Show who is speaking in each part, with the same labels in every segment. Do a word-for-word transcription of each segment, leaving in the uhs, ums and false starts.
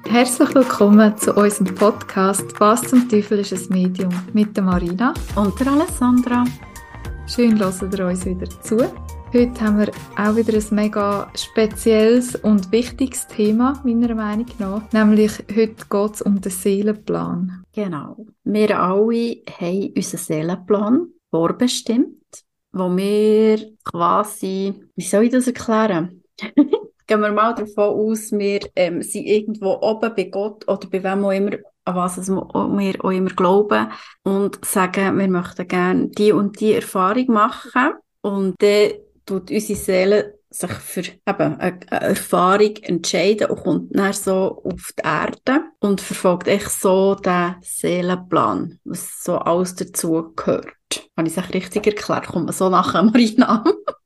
Speaker 1: Herzlich willkommen zu unserem Podcast «Was zum Teufel ist ein Medium?» mit der Marina
Speaker 2: und der Alessandra.
Speaker 1: Schön, hört ihr uns wieder zu. Heute haben wir auch wieder ein mega spezielles und wichtiges Thema, meiner Meinung nach. Nämlich heute geht es um den Seelenplan.
Speaker 2: Genau. Wir alle haben unseren Seelenplan vorbestimmt, wo wir quasi, wie soll ich das erklären? Gehen wir mal davon aus, wir ähm, sind irgendwo oben bei Gott oder bei wem auch immer, an was wir auch immer glauben und sagen, wir möchten gerne die und die Erfahrung machen und dann tut unsere Seele sich für eben eine, eine Erfahrung entscheiden und kommt dann so auf die Erde und verfolgt echt so den Seelenplan, was so alles dazu gehört. Habe ich es richtig erklärt? Kommt man so nachher, Marina?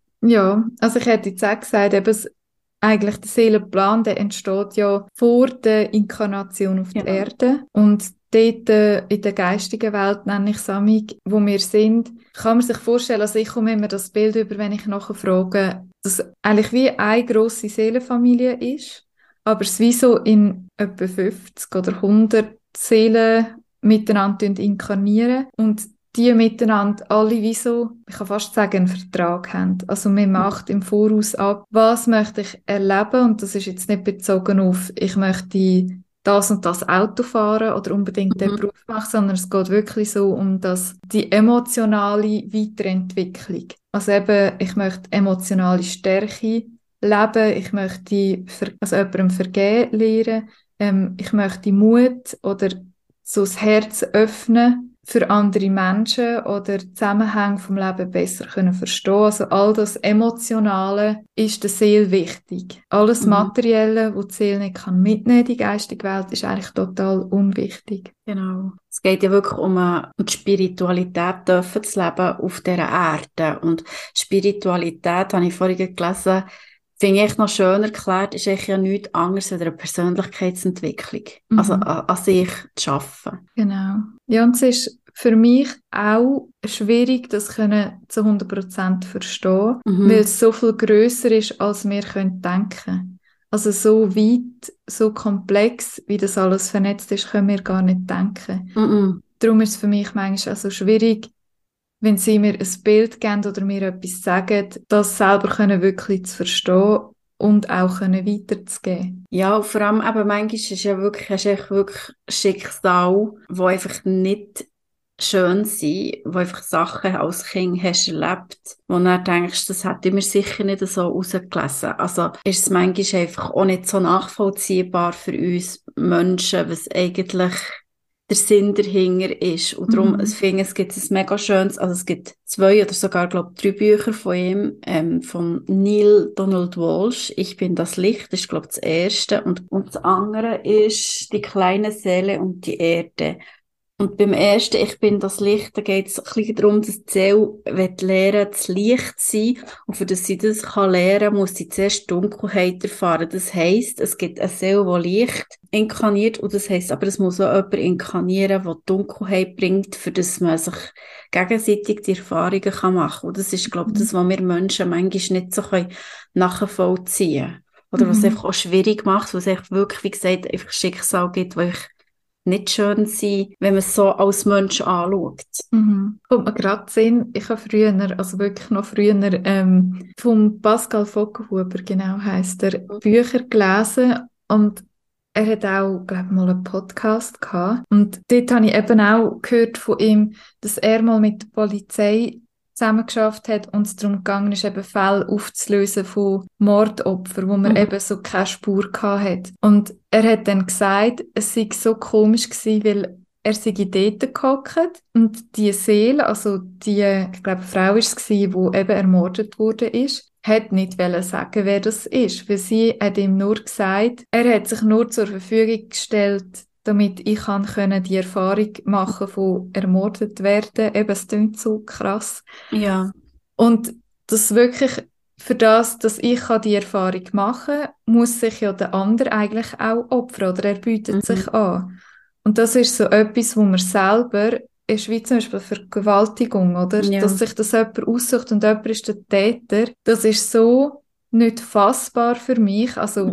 Speaker 1: Ja, also ich hätte jetzt auch gesagt, eben, eigentlich der Seelenplan, der entsteht ja vor der Inkarnation auf
Speaker 2: Genau.
Speaker 1: der Erde. Und dort äh, in der geistigen Welt, nenne ich es amig, wo wir sind, kann man sich vorstellen, also ich komme immer das Bild über, wenn ich nachher frage, dass es eigentlich wie eine grosse Seelenfamilie ist, aber es wie so in etwa fünfzig oder hundert Seelen miteinander inkarnieren und die miteinander alle wie so, ich kann fast sagen, einen Vertrag haben. Also man macht im Voraus ab, was möchte ich erleben, und das ist jetzt nicht bezogen auf, ich möchte das und das Auto fahren oder unbedingt den
Speaker 2: Mhm.
Speaker 1: Beruf machen, sondern es geht wirklich so um das, die emotionale Weiterentwicklung. Also eben, ich möchte emotionale Stärke leben, ich möchte ver- also jemandem vergeben lernen, ähm, ich möchte Mut oder so das Herz öffnen für andere Menschen oder Zusammenhänge vom Leben besser können verstehen. Also all das Emotionale ist der Seele wichtig. Alles
Speaker 2: Mhm.
Speaker 1: Materielle, was die Seele nicht kann mitnehmen, die geistige Welt, ist eigentlich total unwichtig.
Speaker 2: Genau. Es geht ja wirklich um, äh, um die Spiritualität dürfen zu leben auf dieser Erde. Und Spiritualität, habe ich vorhin gelesen, finde ich noch schön erklärt, ist eigentlich ja nichts anderes als eine Persönlichkeitsentwicklung.
Speaker 1: Mhm.
Speaker 2: Also an, an sich zu arbeiten.
Speaker 1: Genau. Ja, und es ist für mich auch schwierig, das können zu hundert Prozent verstehen,
Speaker 2: Mhm.
Speaker 1: weil es so viel grösser ist, als wir können denken. Also so weit, so komplex, wie das alles vernetzt ist, können wir gar nicht denken.
Speaker 2: Mhm.
Speaker 1: Darum ist es für mich manchmal also schwierig, wenn sie mir ein Bild geben oder mir etwas sagen, das selber können wirklich zu verstehen und auch können weiterzugeben.
Speaker 2: Ja, und vor allem eben manchmal ist ja wirklich, hast du echt wirklich Schicksal, wo einfach nicht schön sind, wo einfach Sachen als Kind hast erlebt, wo du dann denkst, das hätte ich mir sicher nicht so rausgelesen. Also ist es manchmal einfach auch nicht so nachvollziehbar für uns Menschen, was eigentlich der Sinn dahinter ist. Und darum,
Speaker 1: Mhm.
Speaker 2: ich finde, es gibt ein mega schönes, also es gibt zwei oder sogar, glaube ich, drei Bücher von ihm, ähm, von Neil Donald Walsh. Ich bin das Licht, das ist, glaube ich, das erste. Und, und das andere ist Die kleine Seele und die Erde. Und beim ersten, ich bin das Licht, da geht es ein bisschen darum, dass die Seele lernen das Licht zu sein. Und für das sie das kann lernen, muss sie zuerst Dunkelheit erfahren. Das heisst, es gibt eine Seele, die Licht inkarniert. Und das heisst, aber es muss auch jemand inkarnieren, der Dunkelheit bringt, für das man sich gegenseitig die Erfahrungen kann machen kann. Und das ist, glaube ich, das, was wir Menschen manchmal nicht so nachvollziehen können. Oder was es
Speaker 1: Mhm.
Speaker 2: einfach auch schwierig macht, was es einfach wirklich, wie gesagt, einfach Schicksal gibt, wo ich nicht schön sein, wenn man es so als Mensch anschaut.
Speaker 1: Mhm. Kommt mir gerade Sinn, ich habe früher, also wirklich noch früher, ähm, vom Pascal Vogelhuber, genau heisst er, Bücher gelesen, und er hat auch, glaube ich, mal einen Podcast gehabt. Und dort habe ich eben auch gehört von ihm, dass er mal mit der Polizei zusammengeschafft hat und es darum gegangen ist, eben Fälle aufzulösen von Mordopfern, wo man
Speaker 2: Mhm.
Speaker 1: eben so keine Spur gehabt hat. Und er hat dann gesagt, es sei so komisch gewesen, weil er sei dort gehockt und die Seele, also die, ich glaube, Frau war es, die eben ermordet wurde, ist, hat nicht wollen sagen, wer das ist, weil sie hat ihm nur gesagt, er hat sich nur zur Verfügung gestellt, damit ich kann können die Erfahrung machen von ermordet werden. Eben, es klingt so krass.
Speaker 2: Ja.
Speaker 1: Und das wirklich, für das, dass ich kann die Erfahrung machen kann, muss sich ja der andere eigentlich auch opfern, oder er bietet
Speaker 2: Mhm.
Speaker 1: sich an. Und das ist so etwas, wo man selber, ist wie zum Beispiel Vergewaltigung, oder?
Speaker 2: Ja.
Speaker 1: Dass sich das jemand aussucht und jemand ist der Täter. Das ist so nicht fassbar für mich. Also,
Speaker 2: Mhm.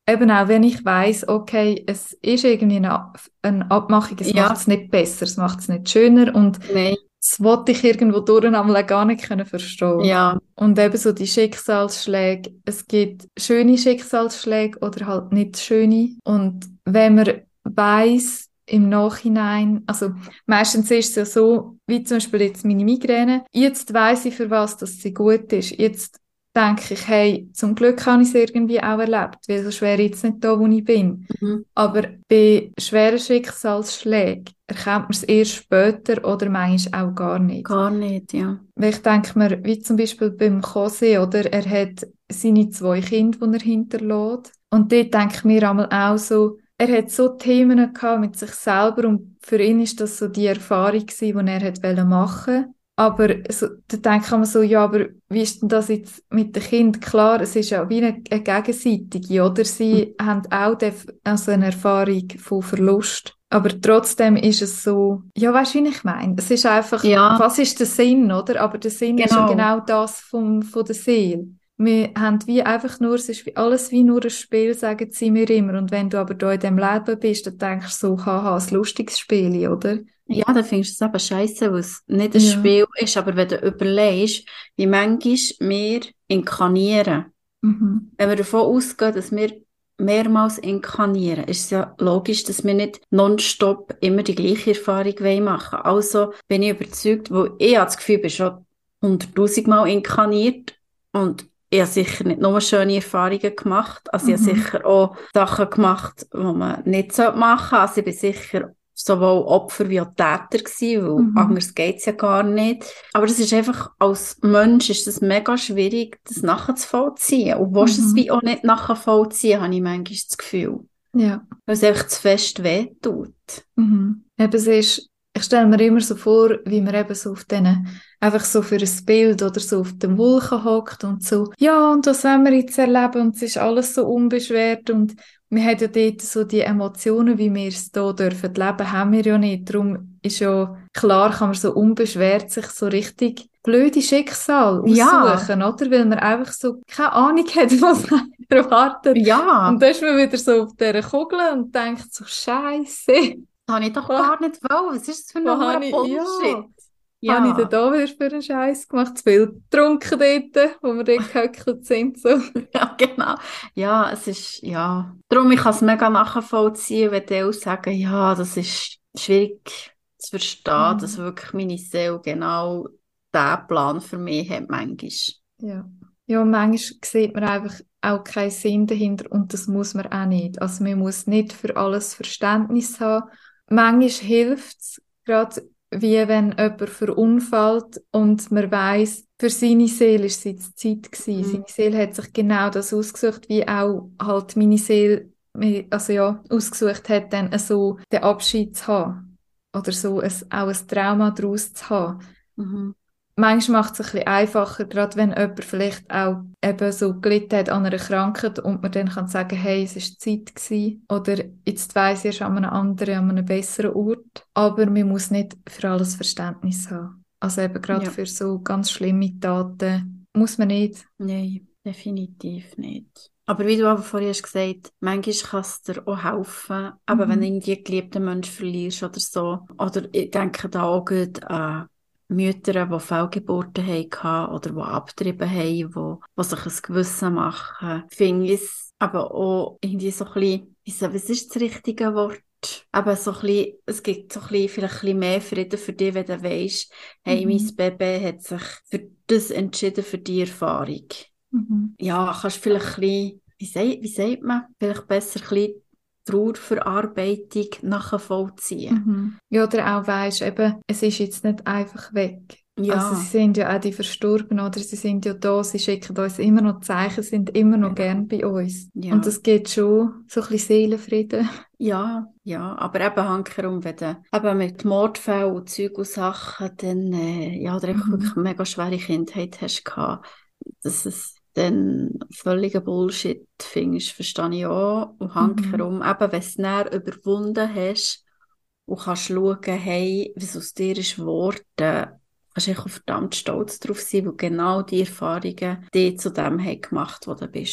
Speaker 1: eben auch, wenn ich weiss, okay, es ist irgendwie eine, eine Abmachung, es
Speaker 2: Ja.
Speaker 1: macht es nicht besser, es macht es nicht schöner und
Speaker 2: Nein.
Speaker 1: das wollte ich irgendwo durch einmal gar nicht können verstehen.
Speaker 2: Ja.
Speaker 1: Und eben so die Schicksalsschläge, es gibt schöne Schicksalsschläge oder halt nicht schöne. Und wenn man weiss, im Nachhinein, also meistens ist es ja so, wie zum Beispiel jetzt meine Migräne, jetzt weiss ich, für was dass sie gut ist. Jetzt denke ich, hey, zum Glück habe ich es irgendwie auch erlebt, weil sonst wäre ich jetzt nicht da, wo ich bin.
Speaker 2: Mhm.
Speaker 1: Aber bei schweren Schicksalsschlägen erkennt man es erst später oder manchmal auch gar nicht.
Speaker 2: Gar nicht, ja.
Speaker 1: Weil ich denke mir, wie zum Beispiel beim José, oder? Er hat seine zwei Kinder, die er hinterlässt. Und dort denke ich mir einmal auch so, er hat so Themen gehabt mit sich selber und für ihn ist das so die Erfahrung gewesen, die er hat machen wollte. Aber so, da denke ich mir so, ja, aber wie ist denn das jetzt mit den Kindern? Klar, es ist ja wie eine, eine gegenseitige, oder? Sie mhm. haben auch den, also eine Erfahrung von Verlust. Aber trotzdem ist es so, ja, weißt du, wie ich meine? Es ist einfach,
Speaker 2: Ja.
Speaker 1: was ist der Sinn, oder? Aber der Sinn
Speaker 2: Genau.
Speaker 1: ist ja genau das vom, von der Seele. Wir haben wie einfach nur, es ist wie alles wie nur ein Spiel, sagen sie mir immer. Und wenn du aber da in diesem Leben bist, dann denkst du so, haha, ein lustiges Spiel, oder?
Speaker 2: Ja, dann findest du es eben scheisse, weil es nicht ein
Speaker 1: Ja.
Speaker 2: Spiel ist, aber wenn du überlegst, wie manchmal wir inkarnieren,
Speaker 1: Mhm.
Speaker 2: wenn wir davon ausgehen, dass wir mehrmals inkarnieren, ist es ja logisch, dass wir nicht nonstop immer die gleiche Erfahrung machen wollen. Also bin ich überzeugt, wo ich habe das Gefühl, ich bin schon hunderttausend Mal inkarniert und ich habe sicher nicht nur schöne Erfahrungen gemacht, also
Speaker 1: Mhm.
Speaker 2: ich habe sicher auch Sachen gemacht, die man nicht machen sollte. Also ich bin sicher sowohl Opfer wie auch Täter gewesen, weil
Speaker 1: Mhm.
Speaker 2: anders geht's ja gar nicht. Aber das ist einfach, als Mensch ist es mega schwierig, das nachzuvollziehen. Und willst du es
Speaker 1: Mhm.
Speaker 2: wie auch nicht nachvollziehen, habe ich manchmal das Gefühl.
Speaker 1: Ja.
Speaker 2: Weil es einfach zu fest wehtut.
Speaker 1: Mhm. Eben, es ist, ich stelle mir immer so vor, wie man eben so auf diesen, einfach so für ein Bild oder so auf den Wolken hockt und so, ja, und das wollen wir jetzt erleben und es ist alles so unbeschwert und wir haben ja dort so die Emotionen, wie wir es hier dürfen leben, haben wir ja nicht. Darum ist ja klar, kann man so unbeschwert sich so richtig blöde Schicksal
Speaker 2: Ja.
Speaker 1: aussuchen, oder? Weil man einfach so keine Ahnung hat, was man erwartet.
Speaker 2: Ja.
Speaker 1: Und dann ist man wieder so auf dieser Kugel und denkt so, Scheisse.
Speaker 2: Das habe ich doch gar nicht wollen. Was ist das für
Speaker 1: Was
Speaker 2: ein
Speaker 1: habe ich,
Speaker 2: Bullshit?
Speaker 1: ja, habe ich denn
Speaker 2: Ja.
Speaker 1: da wieder für einen Scheiß gemacht? Zu viel getrunken dort, wo wir dort gehöckelt sind, so.
Speaker 2: Ja, genau. Ja, es ist, ja. Darum, ich kann es mega nachvollziehen, wenn die auch sagen, ja, das ist schwierig zu verstehen,
Speaker 1: Mhm.
Speaker 2: dass wirklich meine Seele genau diesen Plan für mich hat, manchmal.
Speaker 1: Ja. Ja, und manchmal sieht man einfach auch keinen Sinn dahinter und das muss man auch nicht. Also man muss nicht für alles Verständnis haben. Manchmal hilft es, gerade wie wenn jemand verunfallt und man weiss, für seine Seele war es jetzt Zeit gewesen.
Speaker 2: Mhm.
Speaker 1: Seine Seele hat sich genau das ausgesucht, wie auch halt meine Seele, also ja, ausgesucht hat, dann so den Abschied zu haben. Oder so ein, auch ein Trauma daraus zu haben.
Speaker 2: Mhm.
Speaker 1: Manchmal macht es ein bisschen einfacher, gerade wenn jemand vielleicht auch eben so gelitten hat an einer Krankheit und man dann kann sagen, hey, es war Zeit gewesen. Oder jetzt weiss ich, es ist an einem anderen, an einem besseren Ort. Aber man muss nicht für alles Verständnis haben. Also eben gerade
Speaker 2: Ja.
Speaker 1: für so ganz schlimme Taten muss man nicht.
Speaker 2: Nein, definitiv nicht. Aber wie du aber vorhin hast gesagt, manchmal kann es dir auch helfen, aber
Speaker 1: Mhm.
Speaker 2: wenn du irgendwie einen geliebten Menschen verlierst oder so. Oder ich denke da auch gut an Mütter, die Fehlgeburten hatten oder die abgetrieben haben, die, die sich ein Gewissen machen. Finde ich es aber auch irgendwie so ein bisschen, ich sage, was ist das richtige Wort? Aber so ein bisschen, es gibt so ein bisschen, vielleicht ein bisschen mehr Frieden für dich, wenn du weisst, hey,
Speaker 1: Mhm.
Speaker 2: mein Baby hat sich für das entschieden, für die Erfahrung.
Speaker 1: Mhm.
Speaker 2: Ja, kannst vielleicht ein bisschen, wie sagt, wie sagt man, vielleicht besser ein bisschen Trauerverarbeitung nachvollziehen.
Speaker 1: Mhm. Ja, oder auch weisst, eben, es ist jetzt nicht einfach weg.
Speaker 2: Ja.
Speaker 1: Also sie sind ja auch die Verstorbenen, oder sie sind ja da, sie schicken uns immer noch Zeichen, sind immer noch
Speaker 2: Genau.
Speaker 1: gern bei uns.
Speaker 2: Ja.
Speaker 1: Und das gibt schon so ein bisschen Seelenfrieden.
Speaker 2: Ja, ja, aber eben hankerum, wenn du eben mit Mordfällen und Zeug und Sachen dann, äh, ja, oder einfach
Speaker 1: Mhm.
Speaker 2: wirklich eine mega schwere Kindheit hast gehabt, dass es dann völliger Bullshit findest, verstehe ich auch. Und hankerum, eben, wenn du es dann überwunden hast und kannst schauen, hey, was aus dir ist geworden, kannst du echt auch verdammt stolz drauf sein, weil genau die Erfahrungen die zu dem haben gemacht, wo du bist.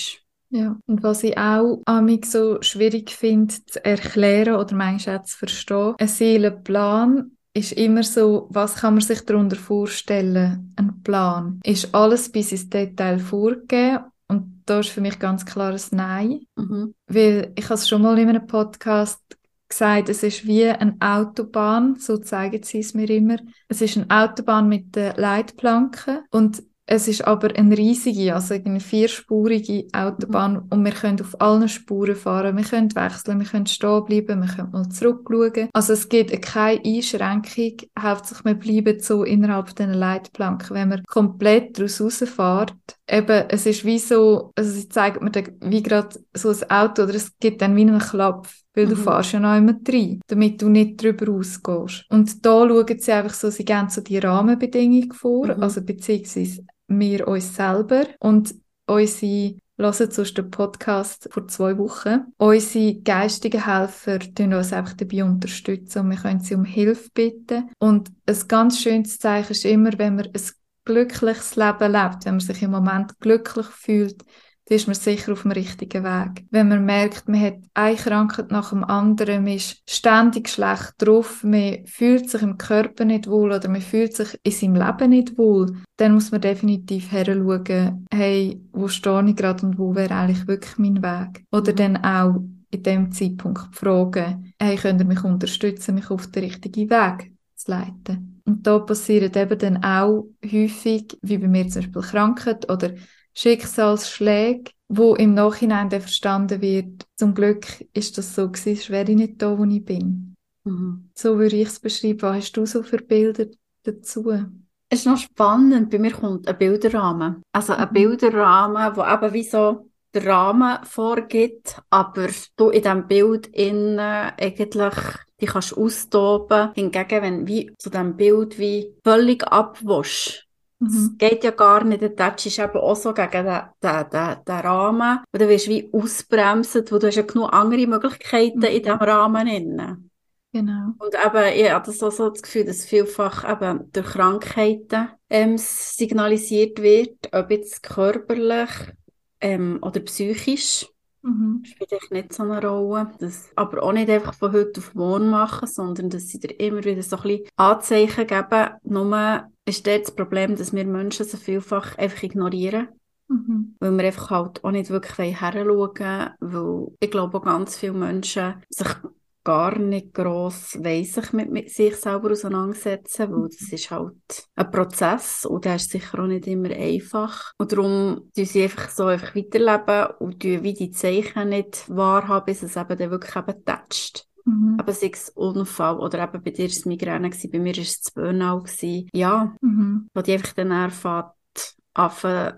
Speaker 1: Ja. Und was ich auch amig so schwierig finde zu erklären oder manchmal auch zu verstehen, ein Seelenplan ist immer so, was kann man sich darunter vorstellen? Ein Plan. Ist alles bis ins Detail vorgegeben? Und da ist für mich ganz klar ein Nein.
Speaker 2: Mhm.
Speaker 1: Weil ich habe es schon mal in einem Podcast gesagt, es ist wie eine Autobahn, so zeigen sie es mir immer. Es ist eine Autobahn mit den Leitplanken und es ist aber eine riesige, also eine vierspurige Autobahn und wir können auf allen Spuren fahren, wir können wechseln, wir können stehen bleiben, wir können mal zurückschauen. Also es gibt keine Einschränkung, hauptsächlich wir bleiben so innerhalb dieser Leitplanken. Wenn man komplett daraus rausfährt, eben, es ist wie so, also sie zeigen mir dann wie gerade so ein Auto oder es gibt dann wie einen Klapp, weil du
Speaker 2: Mhm.
Speaker 1: fährst ja noch immer rein, damit du nicht drüber rausgehst. Und da schauen sie einfach so, sie geben so die Rahmenbedingungen vor,
Speaker 2: Mhm.
Speaker 1: also beziehungsweise wir uns selber und unsere, hören sonst den Podcast vor zwei Wochen, unsere geistigen Helfer tun uns einfach dabei unterstützen und wir können sie um Hilfe bitten. Und ein ganz schönes Zeichen ist immer, wenn man ein glückliches Leben lebt, wenn man sich im Moment glücklich fühlt, dann ist man sicher auf dem richtigen Weg. Wenn man merkt, man hat eine Krankheit nach dem anderen, man ist ständig schlecht drauf, man fühlt sich im Körper nicht wohl oder man fühlt sich in seinem Leben nicht wohl, dann muss man definitiv heranschauen, hey, wo stehe ich gerade und wo wäre eigentlich wirklich mein Weg? Oder
Speaker 2: Mhm.
Speaker 1: dann auch in dem Zeitpunkt fragen, hey, könnt ihr mich unterstützen, mich auf den richtigen Weg zu leiten? Und da passieren eben dann auch häufig, wie bei mir zum Beispiel Krankheit oder Schicksalsschläge, wo im Nachhinein dann verstanden wird, zum Glück ist das so gewesen, sonst wäre ich nicht da, wo ich bin.
Speaker 2: Mhm.
Speaker 1: So würde ich es beschreiben. Was hast du so für Bilder dazu?
Speaker 2: Es ist noch spannend, bei mir kommt ein Bilderrahmen. Also ein
Speaker 1: Mhm.
Speaker 2: Bilderrahmen, der eben wie so den Rahmen vorgibt, aber du in diesem Bild innen eigentlich die kannst austoben. Hingegen, wenn wie zu diesem Bild wie völlig abwaschst, es
Speaker 1: Mhm.
Speaker 2: geht ja gar nicht, der Touch ist eben auch so gegen den, den, den, den Rahmen, und dann wirst du wie ausbremsen, wo du hast ja genug andere Möglichkeiten in diesem Rahmen innen.
Speaker 1: Genau.
Speaker 2: Und eben, ich habe das auch so das Gefühl, dass vielfach eben durch Krankheiten ähm, signalisiert wird, ob jetzt körperlich ähm, oder psychisch.
Speaker 1: Mhm.
Speaker 2: Spielt echt nicht so eine Rolle. Das aber auch nicht einfach von heute auf morgen machen, sondern dass sie dir immer wieder so ein bisschen Anzeichen geben. Nur ist dort das Problem, dass wir Menschen so vielfach einfach ignorieren.
Speaker 1: Mhm.
Speaker 2: Weil wir einfach halt auch nicht wirklich hinschauen wollen, weil ich glaube auch ganz viele Menschen sich gar nicht gross weiss sich mit, mit sich selber auseinandersetzen, weil das ist halt ein Prozess und der ist sicher auch nicht immer einfach. Und darum tun sie einfach so einfach weiterleben und tun wie die Zeichen nicht wahrhaben, bis es eben dann wirklich eben toucht.
Speaker 1: Mhm.
Speaker 2: Aber sei es Unfall oder eben bei dir war es Migräne, bei mir war es das Burnout. Ja,
Speaker 1: Mhm.
Speaker 2: wo die einfach dann anfangen, anfangen,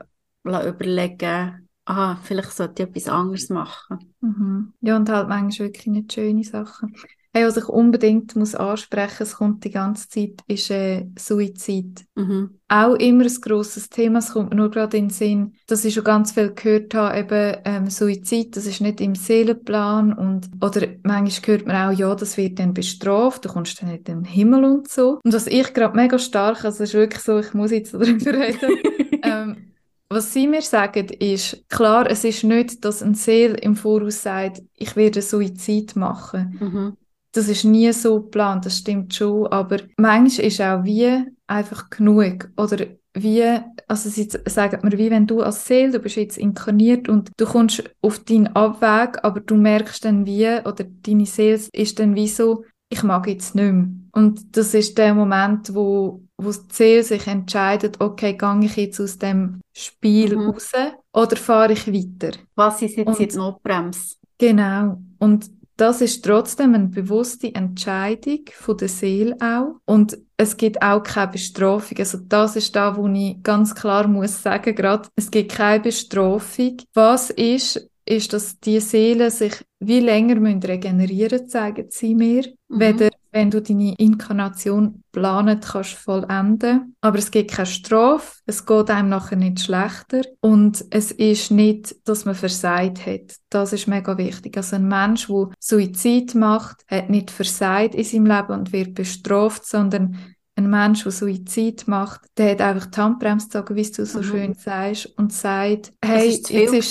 Speaker 2: überlegen, ah, vielleicht sollte ich etwas anderes machen.
Speaker 1: Mhm. Ja, und halt manchmal wirklich nicht schöne Sachen. Hey, was ich unbedingt muss ansprechen, es kommt die ganze Zeit, ist äh, Suizid.
Speaker 2: Mhm.
Speaker 1: Auch immer ein grosses Thema, es kommt mir nur gerade in den Sinn, dass ich schon ganz viel gehört habe, eben ähm, Suizid, das ist nicht im Seelenplan und oder manchmal hört man auch, ja, das wird dann bestraft, du kommst dann nicht in den Himmel und so. Und was ich gerade mega stark, also es ist wirklich so, ich muss jetzt darüber reden, ähm, was sie mir sagen, ist, klar, es ist nicht, dass ein Seele im Voraus sagt, ich werde Suizid machen.
Speaker 2: Mhm.
Speaker 1: Das ist nie so geplant, das stimmt schon, aber manchmal ist auch wie einfach genug. Oder wie, also sie sagen mir, wie wenn du als Seele, du bist jetzt inkarniert und du kommst auf deinen Abweg, aber du merkst dann wie, oder deine Seele ist dann wie so, ich mag jetzt nicht mehr. Und das ist der Moment, wo, wo die Seele sich entscheidet, okay, gehe ich jetzt aus dem Spiel
Speaker 2: Mhm.
Speaker 1: raus oder fahre ich weiter?
Speaker 2: Was ist jetzt in
Speaker 1: Und
Speaker 2: die Notbremse?
Speaker 1: genau. Und das ist trotzdem eine bewusste Entscheidung von der Seele auch. Und es gibt auch keine Bestrafung. Also das ist da, wo ich ganz klar muss sagen, gerade, es gibt keine Bestrafung. Was ist, ist, dass die Seelen sich wie länger müssen regenerieren, zeigen sie mir,
Speaker 2: Mhm.
Speaker 1: weder wenn du deine Inkarnation planen kannst vollenden. Aber es gibt keine Strafe, es geht einem nachher nicht schlechter und es ist nicht, dass man versagt hat. Das ist mega wichtig. Also ein Mensch, der Suizid macht, hat nicht versagt in seinem Leben und wird bestraft, sondern ein Mensch, der Suizid macht, der hat einfach die Handbremse gezogen, wie du so
Speaker 2: Mhm.
Speaker 1: schön sagst, und sagt,
Speaker 2: Es
Speaker 1: hey,
Speaker 2: ist zu viel
Speaker 1: jetzt ist
Speaker 2: gewesen.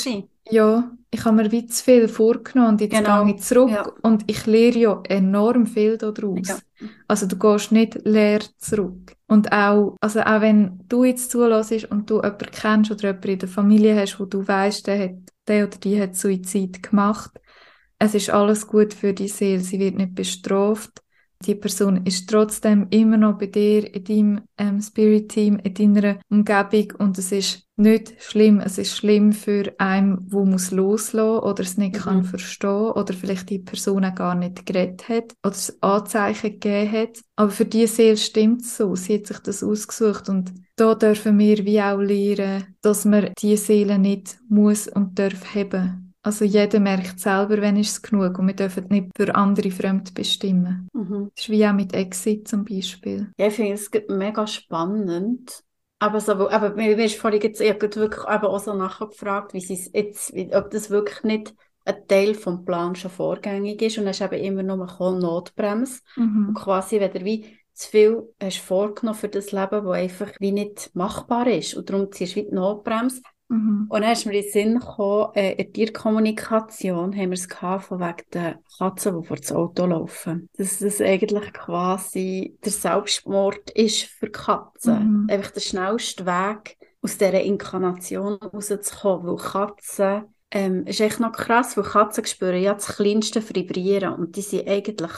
Speaker 1: ja, ich habe mir wie zu viel vorgenommen und jetzt gehe
Speaker 2: Genau,
Speaker 1: ich zurück
Speaker 2: ja,
Speaker 1: und ich lerne ja enorm viel
Speaker 2: ja.
Speaker 1: daraus. Also du gehst nicht leer zurück. Und auch, also auch wenn du jetzt zulässt und du jemanden kennst oder jemanden in der Familie hast, wo du weißt, der hat, der oder die hat Suizid gemacht, es ist alles gut für die Seele, sie wird nicht bestraft. Die Person ist trotzdem immer noch bei dir, in deinem ähm, Spirit-Team, in deiner Umgebung und es ist nicht schlimm. Es ist schlimm für einen, der muss loslassen oder es nicht kann
Speaker 2: Mhm.
Speaker 1: verstehen oder vielleicht die Person auch gar nicht geredet hat oder es Anzeichen gegeben hat. Aber für die Seele stimmt es so. Sie hat sich das ausgesucht und da dürfen wir wie auch lernen, dass man die Seele nicht muss und darf haben. Also jeder merkt selber, wenn ist es genug und wir dürfen nicht für andere fremd bestimmen.
Speaker 2: Mhm.
Speaker 1: Das ist wie auch mit Exit zum Beispiel.
Speaker 2: Ja, ich finde es gerade mega spannend. Aber, so, aber mir mir ist vorhin jetzt, ich habe gerade wirklich eben auch so nachgefragt, wie sie es jetzt, wie, ob das wirklich nicht ein Teil vom Plan schon vorgängig ist. Und dann ist eben immer nur eine Notbremse. Und
Speaker 1: Mhm.
Speaker 2: quasi, wenn du wie zu viel hast vorgenommen für das Leben, das einfach wie nicht machbar ist. Und darum ziehst du wie die Notbremse.
Speaker 1: Mhm.
Speaker 2: Und dann ist mir in den Sinn gekommen, äh, in der Tierkommunikation haben wir es gehabt, von wegen der Katzen, die vor das Auto laufen. Dass das eigentlich quasi der Selbstmord ist für Katzen.
Speaker 1: Mhm.
Speaker 2: Einfach der schnellste Weg, aus dieser Inkarnation rauszukommen. Weil Katzen, ähm, ist echt noch krass, weil Katzen spüren ja das kleinste Vibrieren. Und die sind eigentlich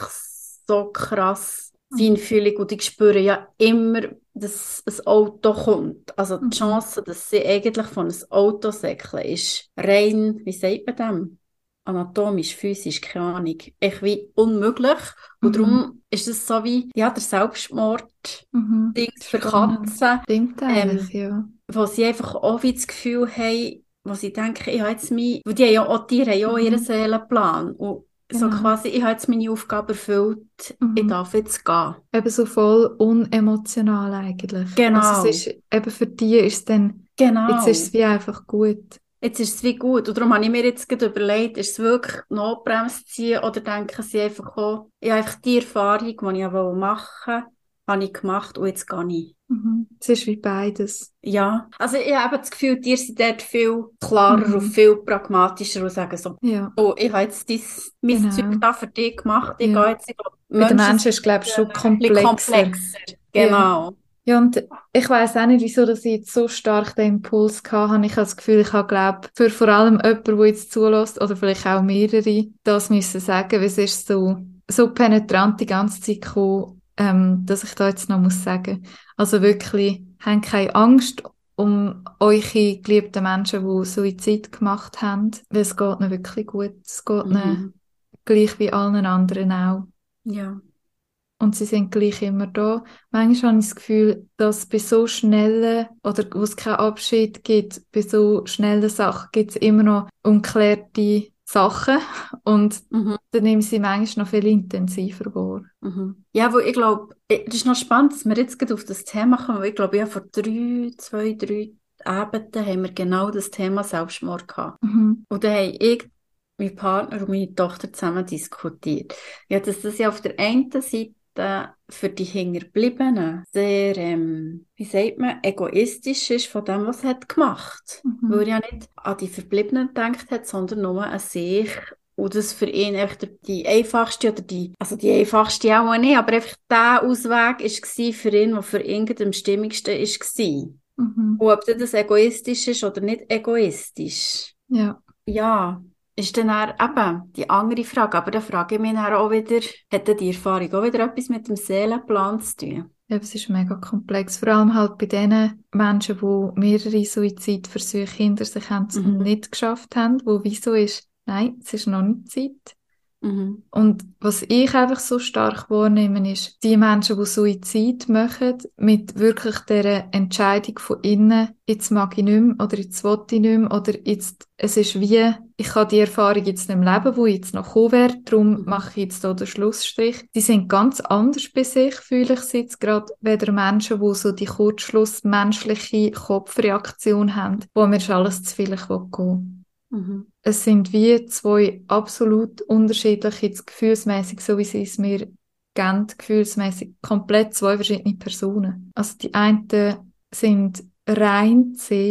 Speaker 2: so krass
Speaker 1: Mhm.
Speaker 2: feinfühlig und die spüren ja immer, dass ein Auto kommt. Also die
Speaker 1: Mhm.
Speaker 2: Chance, dass sie eigentlich von einem Auto säckeln, ist rein, wie sagt man dem? Anatomisch, physisch, keine Ahnung, echt wie unmöglich. Und
Speaker 1: Mhm.
Speaker 2: darum ist es so wie, ja, der Selbstmord
Speaker 1: Mhm.
Speaker 2: Dings für
Speaker 1: Spannend.
Speaker 2: Katzen,
Speaker 1: Stimmt eigentlich,
Speaker 2: ähm,
Speaker 1: ja.
Speaker 2: wo sie einfach auch wie das Gefühl haben, wo sie denken, ich habe jetzt mein, weil die haben ja auch, Tiere haben ja auch ihren
Speaker 1: Mhm.
Speaker 2: Seelenplan. Und so
Speaker 1: Genau.
Speaker 2: quasi, ich habe jetzt meine Aufgabe erfüllt, ich
Speaker 1: Mhm.
Speaker 2: darf jetzt gehen.
Speaker 1: Eben so voll unemotional eigentlich. Also es
Speaker 2: Genau,
Speaker 1: ist, eben für die ist es dann, jetzt ist
Speaker 2: genau.
Speaker 1: es wie einfach gut.
Speaker 2: Jetzt ist es wie gut. Und darum habe ich mir jetzt gerade überlegt, ist es wirklich Notbremse ziehen oder denken sie einfach auch, ich habe einfach die Erfahrung, die ich ja machen wollte, habe ich gemacht und jetzt gehe ich.
Speaker 1: Mhm. Es ist wie beides.
Speaker 2: Ja, also ich habe das Gefühl, die sind dort viel klarer und
Speaker 1: Mhm.
Speaker 2: viel pragmatischer und sagen so,
Speaker 1: Ja,
Speaker 2: oh, ich habe jetzt dies, mein Zeug
Speaker 1: genau.
Speaker 2: da für dich gemacht, ich
Speaker 1: Ja.
Speaker 2: gehe jetzt, ich glaube,
Speaker 1: Bei den
Speaker 2: Menschen
Speaker 1: Menschen
Speaker 2: sind
Speaker 1: ist es, glaube ich,
Speaker 2: äh,
Speaker 1: schon
Speaker 2: ein bisschen
Speaker 1: komplexer.
Speaker 2: komplexer.
Speaker 1: Ja.
Speaker 2: Genau.
Speaker 1: Ja, und ich weiß auch nicht, wieso dass ich jetzt so stark den Impuls gehabt habe. Ich habe das Gefühl, ich habe, glaube für vor allem jemanden, der jetzt zulässt, oder vielleicht auch mehrere, das müssen sagen, weil es ist so, so penetrant die ganze Zeit gekommen, ähm, dass ich da jetzt noch muss sagen. Also wirklich, habt keine Angst um eure geliebten Menschen, die Suizid gemacht haben, weil es geht ihnen wirklich gut. Es geht ihnen
Speaker 2: Mhm.
Speaker 1: gleich wie allen anderen auch.
Speaker 2: Ja.
Speaker 1: Und sie sind gleich immer da. Manchmal habe ich das Gefühl, dass bei so schnellen, oder wo es keinen Abschied gibt, bei so schnellen Sachen gibt es immer noch unklärte Sachen. Und
Speaker 2: Mhm.
Speaker 1: dann nehmen sie manchmal noch viel intensiver wahr.
Speaker 2: Mhm. Ja, wo ich glaube, es ist noch spannend, dass wir jetzt gerade auf das Thema kommen, weil ich glaube, ja, vor drei, zwei, drei Abenden haben wir genau das Thema Selbstmord gehabt.
Speaker 1: Mhm.
Speaker 2: Und dann haben ich, mein Partner und meine Tochter zusammen diskutiert. Ja, dass das ja auf der einen Seite für die Hinterbliebenen sehr, ähm, wie sagt man, egoistisch ist von dem, was er hat gemacht. Weil er
Speaker 1: Mhm.
Speaker 2: ja nicht an die Verbliebenen gedacht hat, sondern nur an sich. Und das für ihn echt der- die einfachste oder die, also die einfachste auch nicht, aber einfach der Ausweg war für ihn, der für ihn am stimmigsten war.
Speaker 1: Mhm.
Speaker 2: Und ob das egoistisch ist oder nicht egoistisch,
Speaker 1: Ja.
Speaker 2: ja, ist dann eher eben die andere Frage. Aber dann frage ich mich dann auch wieder, hat denn die Erfahrung auch wieder etwas mit dem Seelenplan zu tun?
Speaker 1: Ja, es ist mega komplex. Vor allem halt bei den Menschen, die mehrere Suizidversuche hinter sich haben und
Speaker 2: Mhm,
Speaker 1: nicht geschafft haben, wo wieso ist, nein, es ist noch nicht Zeit.
Speaker 2: mhm,
Speaker 1: Und was ich einfach so stark wahrnehme, ist, die Menschen, die Suizid machen, mit wirklich der Entscheidung von innen, jetzt mag ich nicht mehr, oder jetzt will ich nicht mehr, oder jetzt, es ist wie, ich kann die Erfahrung jetzt nicht mehr leben, die jetzt noch kommen wäre, darum
Speaker 2: mhm,
Speaker 1: mache ich jetzt hier den Schlussstrich. Die sind ganz anders bei sich, fühle ich sie jetzt gerade, weder Menschen, die so die kurzschluss menschliche Kopfreaktion haben, wo mir ist alles zu viel, ich will gehen.
Speaker 2: mhm,
Speaker 1: Es sind wie zwei absolut unterschiedliche, jetzt gefühlsmäßig, so wie sie es mir geben, gefühlsmäßig komplett zwei verschiedene Personen. Also die einen sind rein die Seele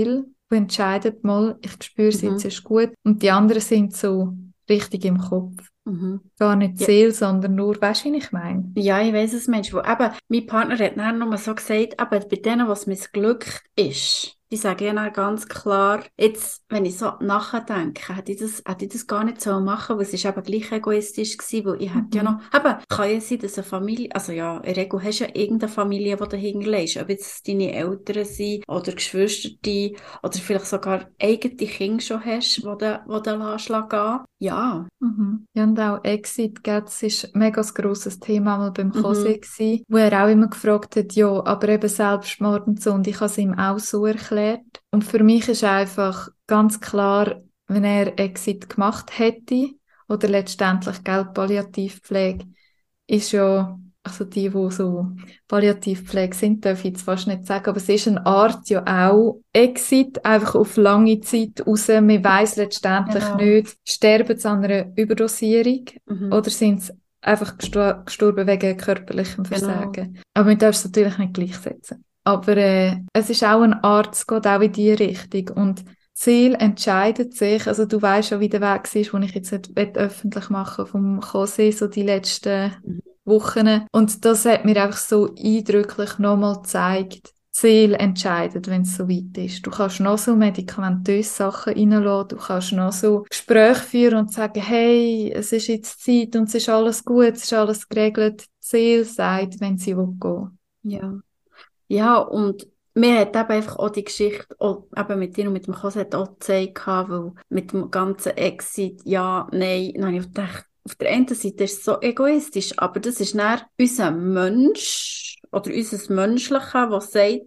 Speaker 1: die entscheidet mal, ich spüre es jetzt,
Speaker 2: Mhm.
Speaker 1: ist gut. Und die anderen sind so richtig im Kopf.
Speaker 2: Mhm.
Speaker 1: Gar nicht die
Speaker 2: Ja.
Speaker 1: Seele, sondern nur, weißt du, wie ich meine?
Speaker 2: Ja, ich weiss es, Mensch. Wo, eben, mein Partner hat dann nur so gesagt, eben, bei denen, was missglückt ist, die sagen ja dann ganz klar, jetzt, wenn ich so nachdenke, hätte ich das, hätte ich das gar nicht so machen, weil es ist eben gleich egoistisch gewesen, weil ich hätte ja
Speaker 1: Mhm.
Speaker 2: noch, eben, kann ja sein, dass eine Familie, also ja, in der Regel hast du ja irgendeine Familie, die dahinter ist, ob jetzt deine Eltern sind, oder Geschwister, oder vielleicht sogar eigene Kinder schon hast, die du, die du lässt gehen. Ja.
Speaker 1: Mhm. Ja, und auch Exit, gell, das ist ein mega grosses Thema mal beim José
Speaker 2: Mhm.
Speaker 1: gsi, wo er auch immer gefragt hat, ja, aber eben Selbstmord und so, und ich habe es ihm auch so erklärt. Und für mich ist einfach ganz klar, wenn er Exit gemacht hätte, oder letztendlich, gell, Palliativpflege, ist ja, also die, die so Palliativpflege sind, darf ich jetzt fast nicht sagen, aber es ist eine Art ja auch Exit, einfach auf lange Zeit raus. Man weiss letztendlich
Speaker 2: Genau.
Speaker 1: nicht, sterben sie an einer Überdosierung
Speaker 2: Mhm.
Speaker 1: oder sind sie einfach gestor gestorben wegen körperlichem
Speaker 2: Genau.
Speaker 1: Versagen. Aber man darf es natürlich nicht gleichsetzen. Aber äh, es ist auch eine Art, es geht auch in die Richtung. Und Ziel entscheidet sich, also du weißt schon, wie der Weg ist, den ich jetzt nicht öffentlich machen will, vom José, so die letzten
Speaker 2: Mhm.
Speaker 1: Wochen. Und das hat mir einfach so eindrücklich nochmal gezeigt, Ziel entscheidet, wenn es so weit ist. Du kannst noch so medikamentöse Sachen reinlassen, du kannst noch so Gespräche führen und sagen, hey, es ist jetzt Zeit und es ist alles gut, es ist alles geregelt. Ziel sagt, wenn sie will gehen.
Speaker 2: Ja. Ja, und mir hat eben einfach auch die Geschichte, auch eben mit dir und mit dem Kos hat auch gezeigt, weil mit dem ganzen Exit, ja, nein, dann habe ich gedacht, auf der einen Seite ist es so egoistisch, aber das ist dann unser Mensch oder unser Menschliche, was sagt,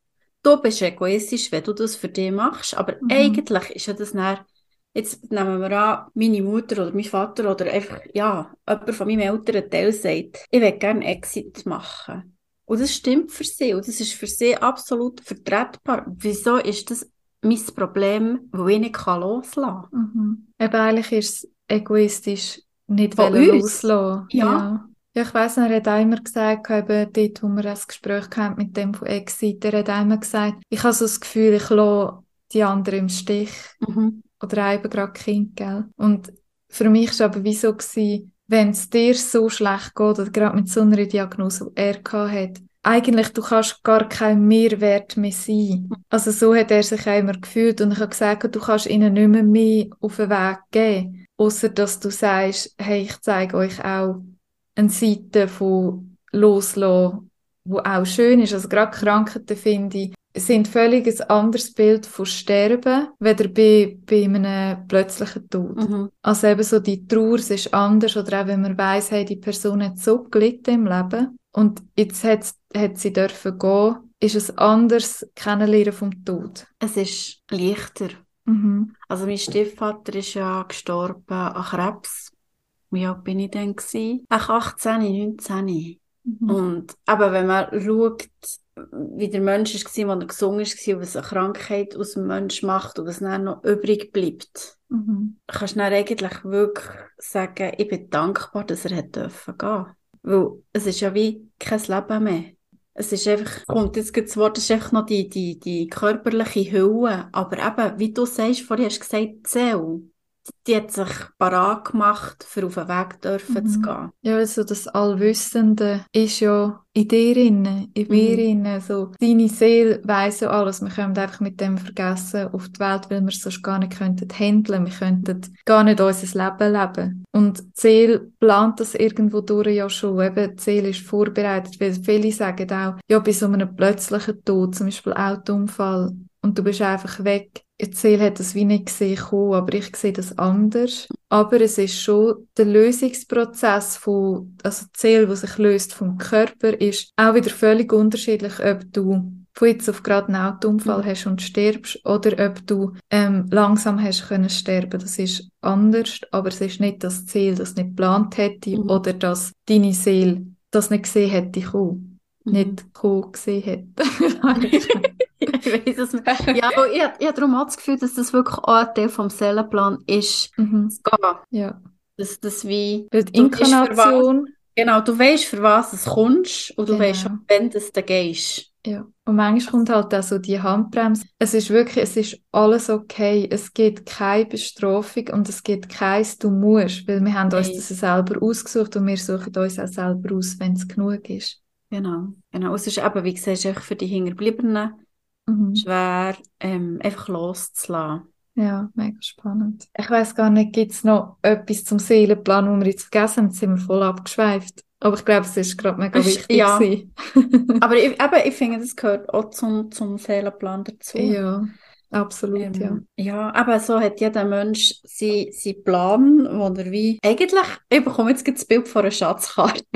Speaker 2: du bist egoistisch, wenn du das für dich machst, aber
Speaker 1: Mhm.
Speaker 2: eigentlich ist ja das dann, jetzt nehmen wir an, meine Mutter oder mein Vater oder einfach, ja, jemand von meinem älteren Teil sagt, ich will gerne Exit machen. Und das stimmt für sie und das ist für sie absolut vertretbar. Wieso ist das mein Problem, wo ich nicht loslassen kann?
Speaker 1: Mhm. Eben eigentlich ist es egoistisch, nicht
Speaker 2: Von
Speaker 1: wollen
Speaker 2: uns?
Speaker 1: loslassen.
Speaker 2: Ja.
Speaker 1: Ja. Ja, ich weiss noch, er hat auch immer gesagt, eben dort, wo wir das Gespräch hatten mit dem von Exit, er hat auch immer gesagt, ich habe so das Gefühl, ich lasse die anderen im Stich.
Speaker 2: Mhm.
Speaker 1: Oder auch eben gerade Kind, gell? Und für mich war es aber wie so gewesen, wenn es dir so schlecht geht, oder gerade mit so einer Diagnose, die er hatte, eigentlich, du kannst gar kein Mehrwert mehr sein. Also so hat er sich auch immer gefühlt und ich habe gesagt, du kannst ihnen nicht mehr mehr auf den Weg geben, außer dass du sagst, hey, ich zeige euch auch eine Seite von Loslassen, wo auch schön ist. Also gerade Krankheiten, finde ich, sind völlig ein anderes Bild von Sterben, weder bei, bei einem plötzlichen Tod.
Speaker 2: Mhm.
Speaker 1: Also eben so die Trauer, es ist anders, oder auch wenn man weiss, hey, die Person hat so gelitten im Leben und jetzt hat, hat sie dürfen gehen, ist es anders Kennenlernen vom Tod.
Speaker 2: Es ist leichter.
Speaker 1: Mhm.
Speaker 2: Also mein Stiefvater ist ja gestorben an Krebs. Wie alt bin ich denn gewesen? Ach, achtzehn, neunzehn.
Speaker 1: Mhm.
Speaker 2: Und aber wenn man schaut, wie der Mensch war, der gesund war, was eine Krankheit aus dem Mensch macht und was dann noch übrig bleibt,
Speaker 1: Mhm.
Speaker 2: kannst du dann eigentlich wirklich sagen, ich bin dankbar, dass er hat dürfen gehen. Weil es ist ja wie kein Leben mehr. Es ist einfach, kommt jetzt das Wort, es ist einfach noch die, die, die körperliche Hülle. Aber eben, wie du sagst, vorhin hast du gesagt, die Seele, die hat sich parat gemacht, für auf den Weg dürfen zu
Speaker 1: Mhm.
Speaker 2: gehen.
Speaker 1: Ja, also das Allwissende ist ja in dir inne, in mir
Speaker 2: Mhm.
Speaker 1: inne. So, deine Seele weiss ja alles. Wir können einfach mit dem vergessen auf die Welt, weil wir es sonst gar nicht könnten handeln. Wir könnten gar nicht unser Leben leben. Und die Seele plant das irgendwo durch ja schon. Eben, die Seele ist vorbereitet, weil viele sagen auch, ja, bei so einem plötzlichen Tod, zum Beispiel Autounfall, und du bist einfach weg. Die Seele hat das wie nicht gesehen, kommen, aber ich sehe das anders. Aber es ist schon der Lösungsprozess von, also die Seele, die sich löst vom Körper, ist auch wieder völlig unterschiedlich, ob du von jetzt auf gerade einen Autounfall
Speaker 2: Mhm.
Speaker 1: hast und stirbst oder ob du ähm, langsam hast können sterben. Das ist anders, aber es ist nicht das Ziel, das nicht geplant hätte
Speaker 2: Mhm.
Speaker 1: oder dass deine Seele das nicht gesehen hätte, kommen.
Speaker 2: Mhm.
Speaker 1: Nicht kommen gesehen hätte.
Speaker 2: Ich weiss es nicht. Ja, aber ich, ich habe darum auch das Gefühl, dass das wirklich auch ein Teil vom Seelenplan ist,
Speaker 1: Mhm.
Speaker 2: zu gehen.
Speaker 1: Ja.
Speaker 2: Dass das wie,
Speaker 1: Weil die
Speaker 2: du weißt für was,
Speaker 1: Inkarnation,
Speaker 2: genau, du weißt für was es kommst und du weißt auch,
Speaker 1: genau.
Speaker 2: wenn du dann gehst.
Speaker 1: Ja. Und manchmal kommt halt auch so die Handbremse. Es ist wirklich, es ist alles okay. Es gibt keine Bestrafung und es gibt keins «Du musst», weil wir haben uns
Speaker 2: Hey.
Speaker 1: das selber ausgesucht und wir suchen uns auch selber aus, wenn es genug ist.
Speaker 2: Genau, genau. Es ist eben, wie gesagt, echt für die Hinterbliebenen
Speaker 1: Mhm.
Speaker 2: schwer, ähm, einfach loszulassen.
Speaker 1: Ja, mega spannend. Ich weiss gar nicht, gibt es noch etwas zum Seelenplan, wo wir jetzt vergessen haben? Jetzt sind wir voll abgeschweift. Aber ich glaube, es ist gerade mega
Speaker 2: Ist-
Speaker 1: wichtig
Speaker 2: Ja,
Speaker 1: gewesen.
Speaker 2: aber ich, eben, ich finde, das gehört auch zum, zum Seelenplan dazu.
Speaker 1: Ja, absolut, ja.
Speaker 2: Ähm, ja, aber so hat jeder Mensch seinen seinen Plan, wo er wie... Eigentlich, ich bekomme jetzt gerade das Bild von einer Schatzkarte.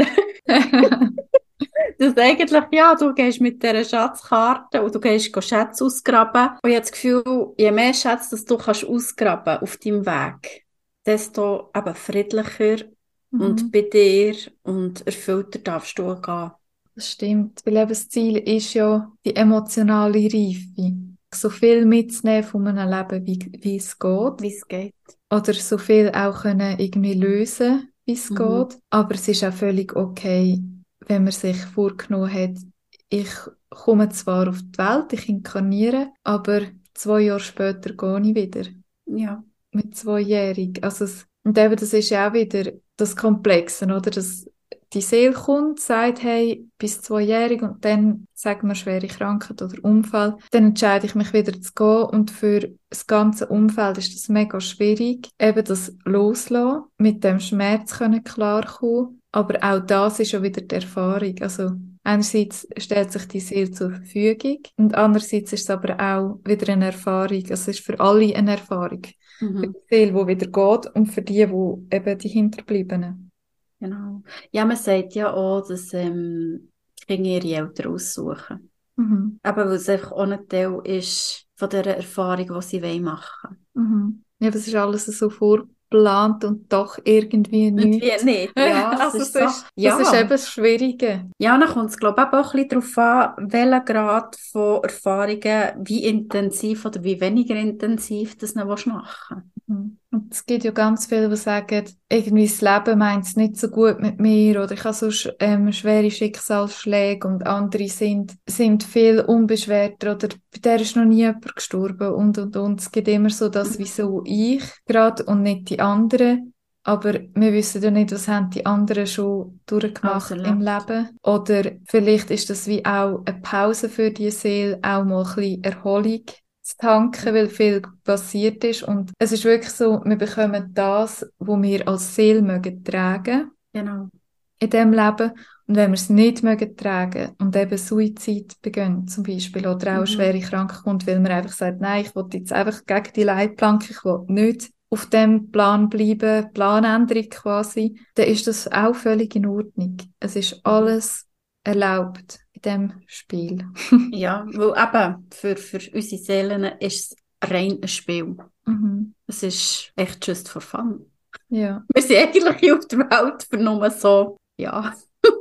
Speaker 2: Das eigentlich, ja, du gehst mit dieser Schatzkarte und du gehst go Schätze ausgraben. Und ich habe das Gefühl, je mehr Schätze dass du kannst ausgraben auf deinem Weg, desto eben friedlicher und
Speaker 1: Mhm.
Speaker 2: bei dir und erfüllter darfst du gehen.
Speaker 1: Das stimmt, weil eben das Ziel ist ja die emotionale Reife. So viel mitzunehmen von einem Leben, wie, wie es geht.
Speaker 2: Wie es geht.
Speaker 1: Oder so viel auch können irgendwie lösen, wie es
Speaker 2: Mhm.
Speaker 1: geht. Aber es ist auch völlig okay, wenn man sich vorgenommen hat, ich komme zwar auf die Welt, ich inkarniere, aber zwei Jahre später gehe ich wieder.
Speaker 2: Ja.
Speaker 1: Mit zweijährig. Also es, und eben, das ist ja auch wieder das Komplexe, oder? Dass die Seele kommt, sagt, hey, bis zweijährig und dann sagen wir schwere Krankheit oder Unfall. Dann entscheide ich mich wieder zu gehen und für das ganze Umfeld ist das mega schwierig, eben das loslassen, mit dem Schmerz können klarkommen. Aber auch das ist ja wieder die Erfahrung. Also einerseits stellt sich die Seele zur Verfügung und andererseits ist es aber auch wieder eine Erfahrung. Also es ist für alle eine Erfahrung. Für
Speaker 2: Mhm.
Speaker 1: die Seele, die wieder geht und für die, die eben die Hinterbliebenen.
Speaker 2: Genau. Ja, man sagt ja auch, dass ähm, Kinder ihre Eltern aussuchen.
Speaker 1: Mhm.
Speaker 2: Eben, weil es einfach auch ein Teil ist von dieser Erfahrung, die sie machen
Speaker 1: Mhm. Ja, das ist alles so vorgeplant und doch irgendwie
Speaker 2: wollen. Und wie
Speaker 1: nichts.
Speaker 2: nicht, ja, es
Speaker 1: Also es
Speaker 2: ist so,
Speaker 1: ist, das ist eben
Speaker 2: ja.
Speaker 1: das Schwierige.
Speaker 2: Ja, dann kommt es, glaube ich, eben auch ein bisschen darauf an, welchen Grad von Erfahrungen, wie intensiv oder wie weniger intensiv das noch machen willst.
Speaker 1: Mhm. Und es gibt ja ganz viele, die sagen, irgendwie das Leben meint es nicht so gut mit mir oder ich habe so sch ähm, schwere Schicksalsschläge und andere sind, sind viel unbeschwerter oder bei der ist noch nie jemand gestorben und und und. Es gibt immer so das, wieso ich gerade und nicht die anderen. Aber wir wissen ja nicht, was haben die anderen schon
Speaker 2: Alles
Speaker 1: durchgemacht im
Speaker 2: erlebt.
Speaker 1: Leben. Oder vielleicht ist das wie auch eine Pause für die Seele, auch mal ein bisschen Erholung zu tanken, weil viel passiert ist. Und es ist wirklich so, wir bekommen das, was wir als Seele mögen tragen
Speaker 2: Genau.
Speaker 1: in diesem Leben. Und wenn wir es nicht mögen tragen und eben Suizid begehen zum Beispiel oder auch eine
Speaker 2: Mhm.
Speaker 1: schwere Krankheit kommt, weil man einfach sagt, nein, ich will jetzt einfach gegen die Leitplanke, ich will nicht auf dem Plan bleiben, Planänderung quasi, dann ist das auch völlig in Ordnung. Es ist
Speaker 2: Mhm.
Speaker 1: alles erlaubt in dem Spiel.
Speaker 2: Ja, weil eben für, für unsere Seelen ist es rein ein Spiel.
Speaker 1: Mhm.
Speaker 2: Es ist echt just for fun.
Speaker 1: Ja.
Speaker 2: Wir sind eigentlich hier auf der Welt für nur so, ja.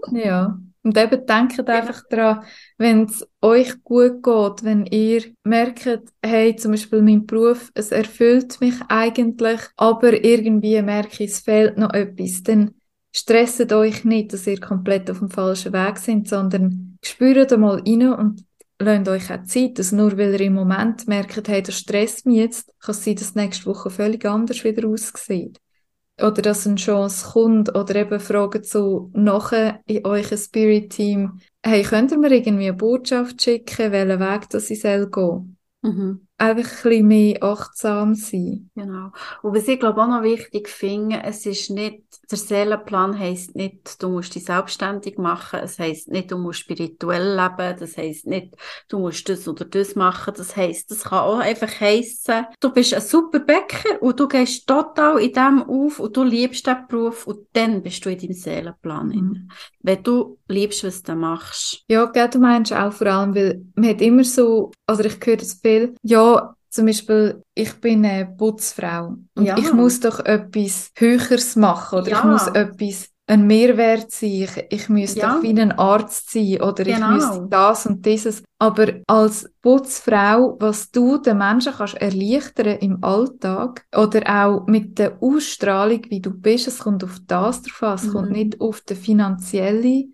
Speaker 1: Ja, und eben denkt
Speaker 2: Genau.
Speaker 1: einfach daran, wenn es euch gut geht, wenn ihr merkt, hey, zum Beispiel mein Beruf, es erfüllt mich eigentlich, aber irgendwie merke ich, es fehlt noch etwas, dann stresset euch nicht, dass ihr komplett auf dem falschen Weg seid, sondern spürt einmal rein und lasst euch auch Zeit, dass nur weil ihr im Moment merkt, hey, das stresst mich jetzt, kann es sein, dass nächste Woche völlig anders wieder aussieht. Oder dass eine Chance kommt oder eben fragen so nachher in eurem Spirit-Team, hey, könnt ihr mir irgendwie eine Botschaft schicken, welchen Weg das ich soll gehen?
Speaker 2: Mhm.
Speaker 1: Einfach ein bisschen mehr achtsam sein.
Speaker 2: Genau. Und was ich glaube auch noch wichtig finde, es ist nicht, der Seelenplan heisst nicht, du musst dich selbstständig machen, es heisst nicht, du musst spirituell leben, das heisst nicht, du musst das oder das machen, das heisst, das kann auch einfach heissen, du bist ein super Bäcker und du gehst total in dem auf und du liebst den Beruf und dann bist du in deinem Seelenplan
Speaker 1: Mhm.
Speaker 2: drin. Wenn du liebst, was du machst.
Speaker 1: Ja, gell, du meinst auch vor allem, weil man hat immer so, also ich höre das viel, ja, zum Beispiel, ich bin eine Putzfrau und ich
Speaker 2: Ja,
Speaker 1: muss doch etwas Höheres machen oder ich muss
Speaker 2: ja,
Speaker 1: etwas, ein Mehrwert sein, ich, ich müsste doch
Speaker 2: ja,
Speaker 1: wie ein Arzt sein oder ich müsste
Speaker 2: genau.
Speaker 1: das und dieses. Aber als Putzfrau, was du den Menschen kannst erleichtern im Alltag oder auch mit der Ausstrahlung, wie du bist, es kommt auf das drauf an, es kommt
Speaker 2: Mhm.
Speaker 1: nicht auf die finanzielle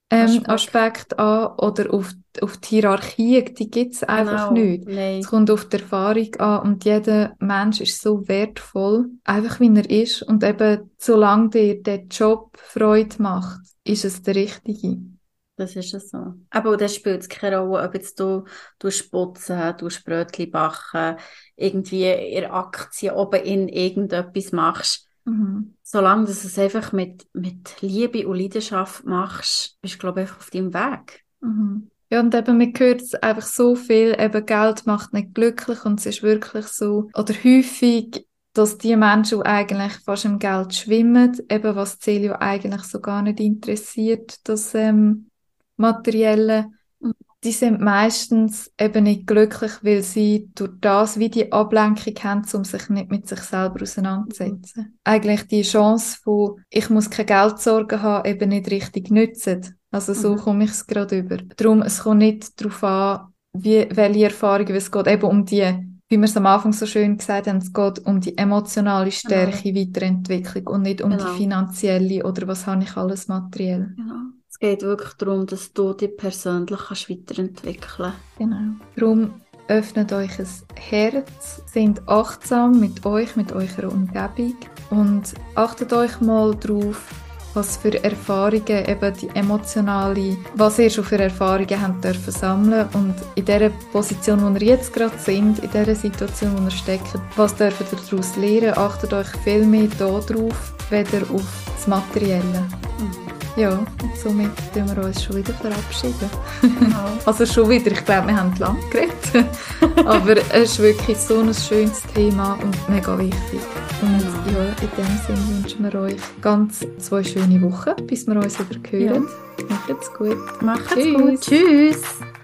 Speaker 1: ähm,
Speaker 2: Aspekt.
Speaker 1: Aspekt an oder auf, auf die Hierarchie, die gibt es einfach
Speaker 2: Genau,
Speaker 1: nicht.
Speaker 2: nein.
Speaker 1: Es kommt auf die Erfahrung an und jeder Mensch ist so wertvoll, einfach wie er ist. Und eben, solange dir der Job Freude macht, ist es der richtige.
Speaker 2: Das ist es so. Aber das spielt es keine Rolle, ob jetzt du, du putzen, du Brötchen backen, irgendwie in Aktien oben in irgendetwas machst.
Speaker 1: Mhm.
Speaker 2: Solange du es einfach mit, mit Liebe und Leidenschaft machst, bist du, glaube ich, auf deinem Weg.
Speaker 1: Mhm. Ja, und eben, man hört es einfach so viel, eben Geld macht nicht glücklich und es ist wirklich so, oder häufig, dass die Menschen, die eigentlich fast im Geld schwimmen, eben was Celio eigentlich so gar nicht interessiert, das ähm, Materielle, die sind meistens eben nicht glücklich, weil sie durch das wie die Ablenkung haben, um sich nicht mit sich selber auseinanderzusetzen. Mhm. Eigentlich die Chance von, ich muss keine Geldsorgen haben, eben nicht richtig nutzen. Also so mhm. komme ich es gerade über. Darum, es kommt nicht darauf an, wie, welche Erfahrungen es geht, eben um die, wie wir es am Anfang so schön gesagt haben, es geht um die emotionale Stärke, genau. Weiterentwicklung und nicht um genau. die finanzielle oder was habe ich alles materiell.
Speaker 2: Genau. Es geht wirklich darum, dass du dich persönlich kannst weiterentwickeln kannst.
Speaker 1: Genau. Darum öffnet euch ein Herz, seid achtsam mit euch, mit eurer Umgebung und achtet euch mal drauf, was für Erfahrungen, eben die emotionale, was ihr schon für Erfahrungen habt dürfen sammeln und in dieser Position, wo ihr jetzt gerade sind, in dieser Situation, wo ihr steckt, was dürft ihr daraus lernen? Achtet euch viel mehr darauf, weder auf das Materielle. Mhm. Ja, und somit tun wir uns schon wieder verabschieden. Genau. Also schon wieder, ich glaube, wir haben lang geredet. Aber es ist wirklich so ein schönes Thema und mega wichtig. Und genau. ja, in dem Sinne wünschen wir euch ganz zwei schöne Wochen, bis wir uns wieder hören. Ja. Macht's gut.
Speaker 2: Macht's gut. Tschüss.